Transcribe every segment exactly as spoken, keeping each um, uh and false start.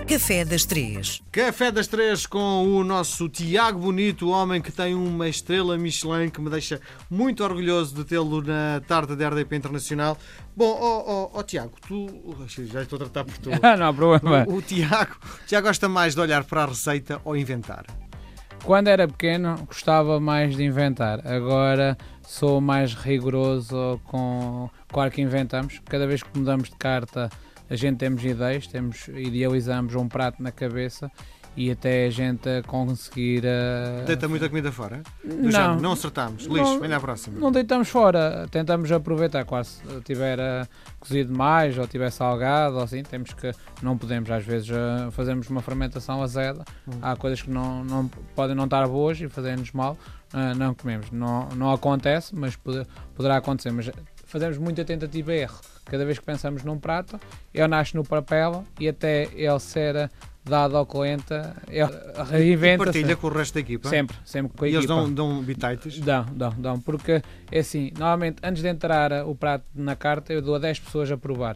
Café das Três. Café das Três com o nosso Tiago Bonito, o homem que tem uma estrela Michelin, que me deixa muito orgulhoso de tê-lo na tarde da R D P Internacional. Bom, ó oh, oh, oh, Tiago, tu... Já estou a tratar por tu. Não há problema. O, o, Tiago, o Tiago gosta mais de olhar para a receita ou inventar? Quando era pequeno, gostava mais de inventar. Agora sou mais rigoroso com... Claro que inventamos. Cada vez que mudamos de carta, a gente temos ideias, temos, idealizamos um prato na cabeça e até a gente conseguir... Uh... Deita muita comida fora? Do Não. género, não acertamos. Lixo, Não, venha à próxima. Não deitamos fora. Tentamos aproveitar. Quase se tiver uh, cozido mais ou tiver salgado ou assim, temos que... Não podemos, às vezes, uh, fazermos uma fermentação azeda. Hum. Há coisas que não, não, podem não estar boas e fazerem-nos mal. Uh, não comemos. Não, não acontece, mas pode, poderá acontecer. Mas fazemos muita tentativa e erro. Cada vez que pensamos num prato, ele nasce no papel e até ele ser dado ao cliente, ele reinventa. E partilha com o resto da equipa? Sempre, sempre com a e equipa. E eles dão, dão bitites? Dão, dão, dão. Porque, é assim, normalmente, antes de entrar o prato na carta, eu dou a dez pessoas a provar.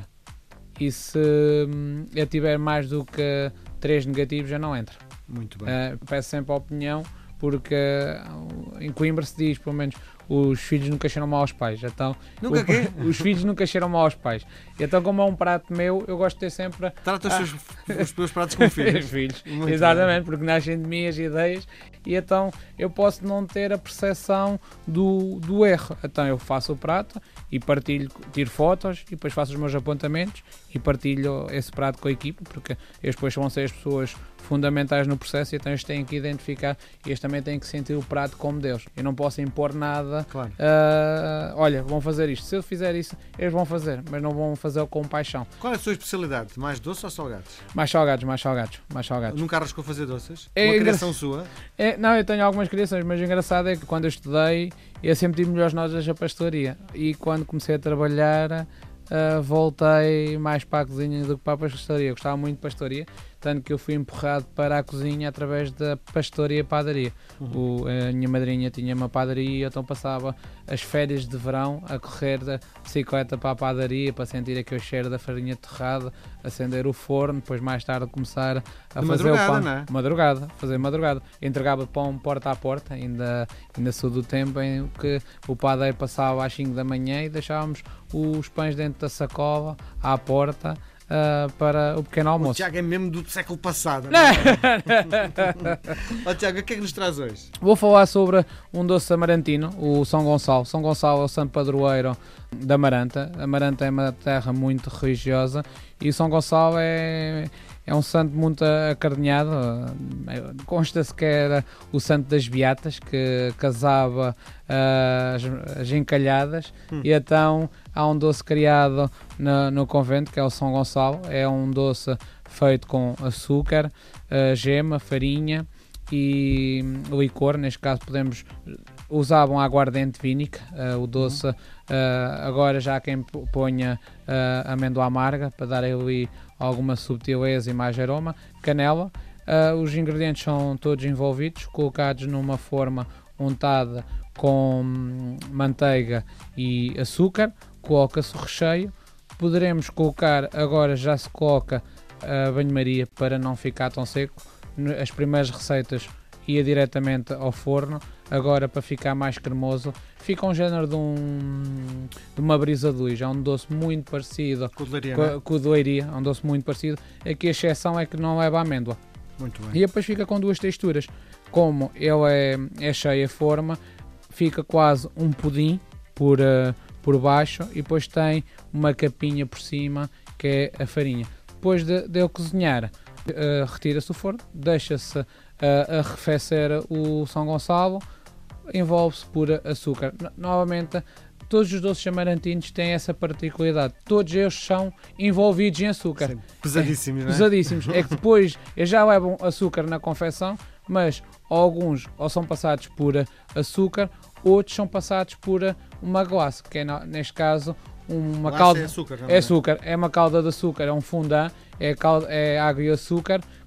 E se hum, eu tiver mais do que três negativos, já não entra. Muito bem. Uh, peço sempre a opinião, porque uh, em Coimbra se diz, pelo menos, os filhos nunca cheiram mal aos pais. Então, nunca o, quê? Os filhos nunca cheiram mal aos pais. Então, como é um prato meu, eu gosto de ter sempre... Trata os, ah. seus, os meus pratos como filhos. filhos. Exatamente, bem. Porque nascem de minhas ideias e então eu posso não ter a percepção do, do erro. Então eu faço o prato e partilho, tiro fotos e depois faço os meus apontamentos e partilho esse prato com a equipa, porque eles depois vão ser as pessoas fundamentais no processo e então eles têm que identificar e eles também têm que sentir o prato como Deus. Eu não posso impor nada. Claro. Uh, olha, vão fazer isto. Se eu fizer isso, eles vão fazer, mas não vão fazer com paixão. Qual é a sua especialidade? Mais doces ou salgados? Mais salgados, mais salgados, mais salgados. Nunca arriscou fazer doces? É Uma engra... criação sua? É, não, eu tenho algumas criações, mas o engraçado é que quando eu estudei, eu sempre tive melhores notas da pastelaria. E quando comecei a trabalhar, uh, voltei mais para a cozinha do que para a pastelaria. Eu gostava muito de pastelaria, tanto que eu fui empurrado para a cozinha através da pastelaria e padaria. Uhum. O, a minha madrinha tinha uma padaria, então passava as férias de verão a correr da bicicleta para a padaria, para sentir aquele cheiro da farinha torrada, acender o forno, depois mais tarde começar a de fazer o pão. Não é? Madrugada, fazer madrugada. Entregava pão porta a porta, ainda, ainda sou do tempo em que o padeiro passava às cinco da manhã e deixávamos os pães dentro da sacola à porta. Uh, para o pequeno almoço. O Tiago é mesmo do século passado. Não é? Ó Tiago, o que é que nos traz hoje? Vou falar sobre um doce amarantino, o São Gonçalo. São Gonçalo é o santo padroeiro da Amaranta. A Amaranta é uma terra muito religiosa e São Gonçalo é, é um santo muito acarinhado. Consta-se que era o santo das beatas, que casava uh, as, as encalhadas hum. e então há um doce criado no, no convento, que é o São Gonçalo. É um doce feito com açúcar, uh, gema, farinha e licor. Neste caso podemos... Usavam aguardente vínica, uh, o doce. Uh, agora já há quem ponha uh, amêndoa amarga para dar ali alguma subtileza e mais aroma. Canela. Uh, os ingredientes são todos envolvidos, colocados numa forma untada com manteiga e açúcar. Coloca-se o recheio. Poderemos colocar, agora já se coloca a banho-maria para não ficar tão seco. As primeiras receitas ia diretamente ao forno, agora para ficar mais cremoso fica um género de, um, de uma brisa de luz. É um doce muito parecido com o com o de Leiria, é um doce muito parecido. Aqui a exceção é que não leva amêndoa. Muito bem. E depois fica com duas texturas. Como ele é, é cheio a forma, fica quase um pudim por, uh, por baixo e depois tem uma capinha por cima que é a farinha. Depois de, de ele cozinhar, uh, retira-se o forno, deixa-se uh, arrefecer o São Gonçalo, envolve-se por açúcar. No, novamente, todos os doces amarantinos têm essa particularidade. Todos eles são envolvidos em açúcar. Sim, pesadíssimos, é, não é? Pesadíssimos. É que depois eles já levam açúcar na confecção, mas alguns ou são passados por açúcar, outros são passados por uma glace, que é, neste caso, uma glace calda. É açúcar, não é? É açúcar, é uma calda de açúcar, é um fondant, é, calda, é água e açúcar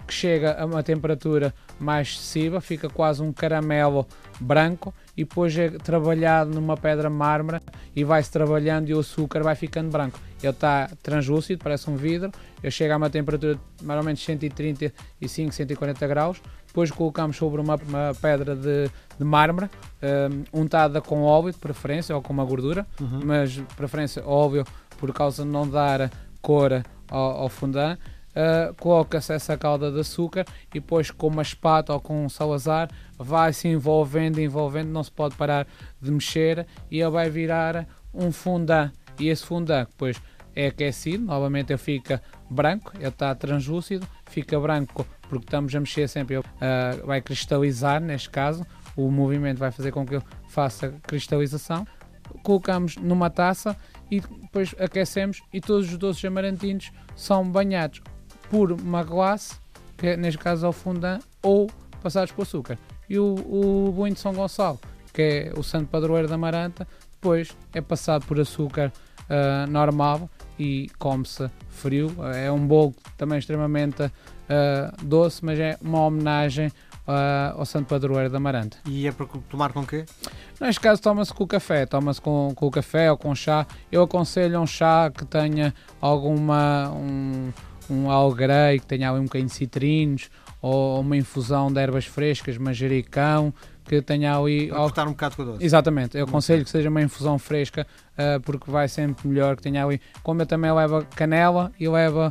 que chega a uma temperatura mais excessiva, fica quase um caramelo branco e depois é trabalhado numa pedra mármore e vai-se trabalhando e o açúcar vai ficando branco. Ele está translúcido, parece um vidro, ele chega a uma temperatura de mais ou menos cento e trinta e cinco, cento e quarenta graus, depois colocamos sobre uma, uma pedra de, de mármore, um, untada com óleo de preferência ou com uma gordura, uhum. mas de preferência óleo por causa de não dar cor ao, ao fondant. Uh, coloca-se essa calda de açúcar e depois com uma espátula ou com um salazar vai-se envolvendo, envolvendo, não se pode parar de mexer e ele vai virar um fondant. E esse fondant depois é aquecido, novamente ele fica branco, ele está translúcido, fica branco porque estamos a mexer sempre, ele uh, vai cristalizar neste caso, o movimento vai fazer com que ele faça cristalização. Colocamos numa taça e depois aquecemos e todos os doces amarantinos são banhados por uma glace, que neste caso é o fondant, ou passados por açúcar. E o, o bolinho de São Gonçalo, que é o santo padroeiro da Amaranta, depois é passado por açúcar uh, normal e come-se frio. É um bolo também extremamente uh, doce, mas é uma homenagem uh, ao santo padroeiro da Amaranta. E é para tomar com quê? Neste caso toma-se com o café, toma-se com, com o café ou com chá. Eu aconselho um chá que tenha alguma... Um, um algrei, que tenha ali um bocadinho de citrinos, ou uma infusão de ervas frescas, manjericão, que tenha ali... Para cortar um bocado com o doce. Exatamente, eu aconselho que seja uma infusão fresca, uh, porque vai sempre melhor, que tenha ali... Como eu também leva canela e leva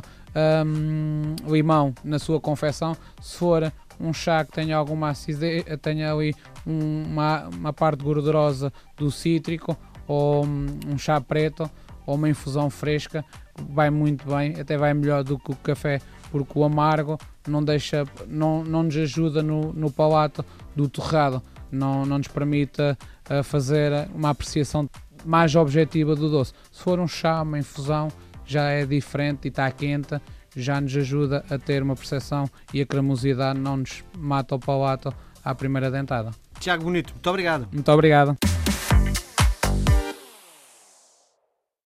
um, limão na sua confecção, se for um chá que tenha alguma acidez, tenha ali um, uma, uma parte gordurosa do cítrico, ou um, um chá preto, ou uma infusão fresca, vai muito bem, até vai melhor do que o café, porque o amargo não, deixa, não, não nos ajuda no, no palato do torrado, não, não nos permite uh, fazer uma apreciação mais objetiva do doce. Se for um chá, uma infusão, já é diferente e está quente, já nos ajuda a ter uma percepção e a cremosidade não nos mata o palato à primeira dentada. Tiago Bonito, muito obrigado. Muito obrigado.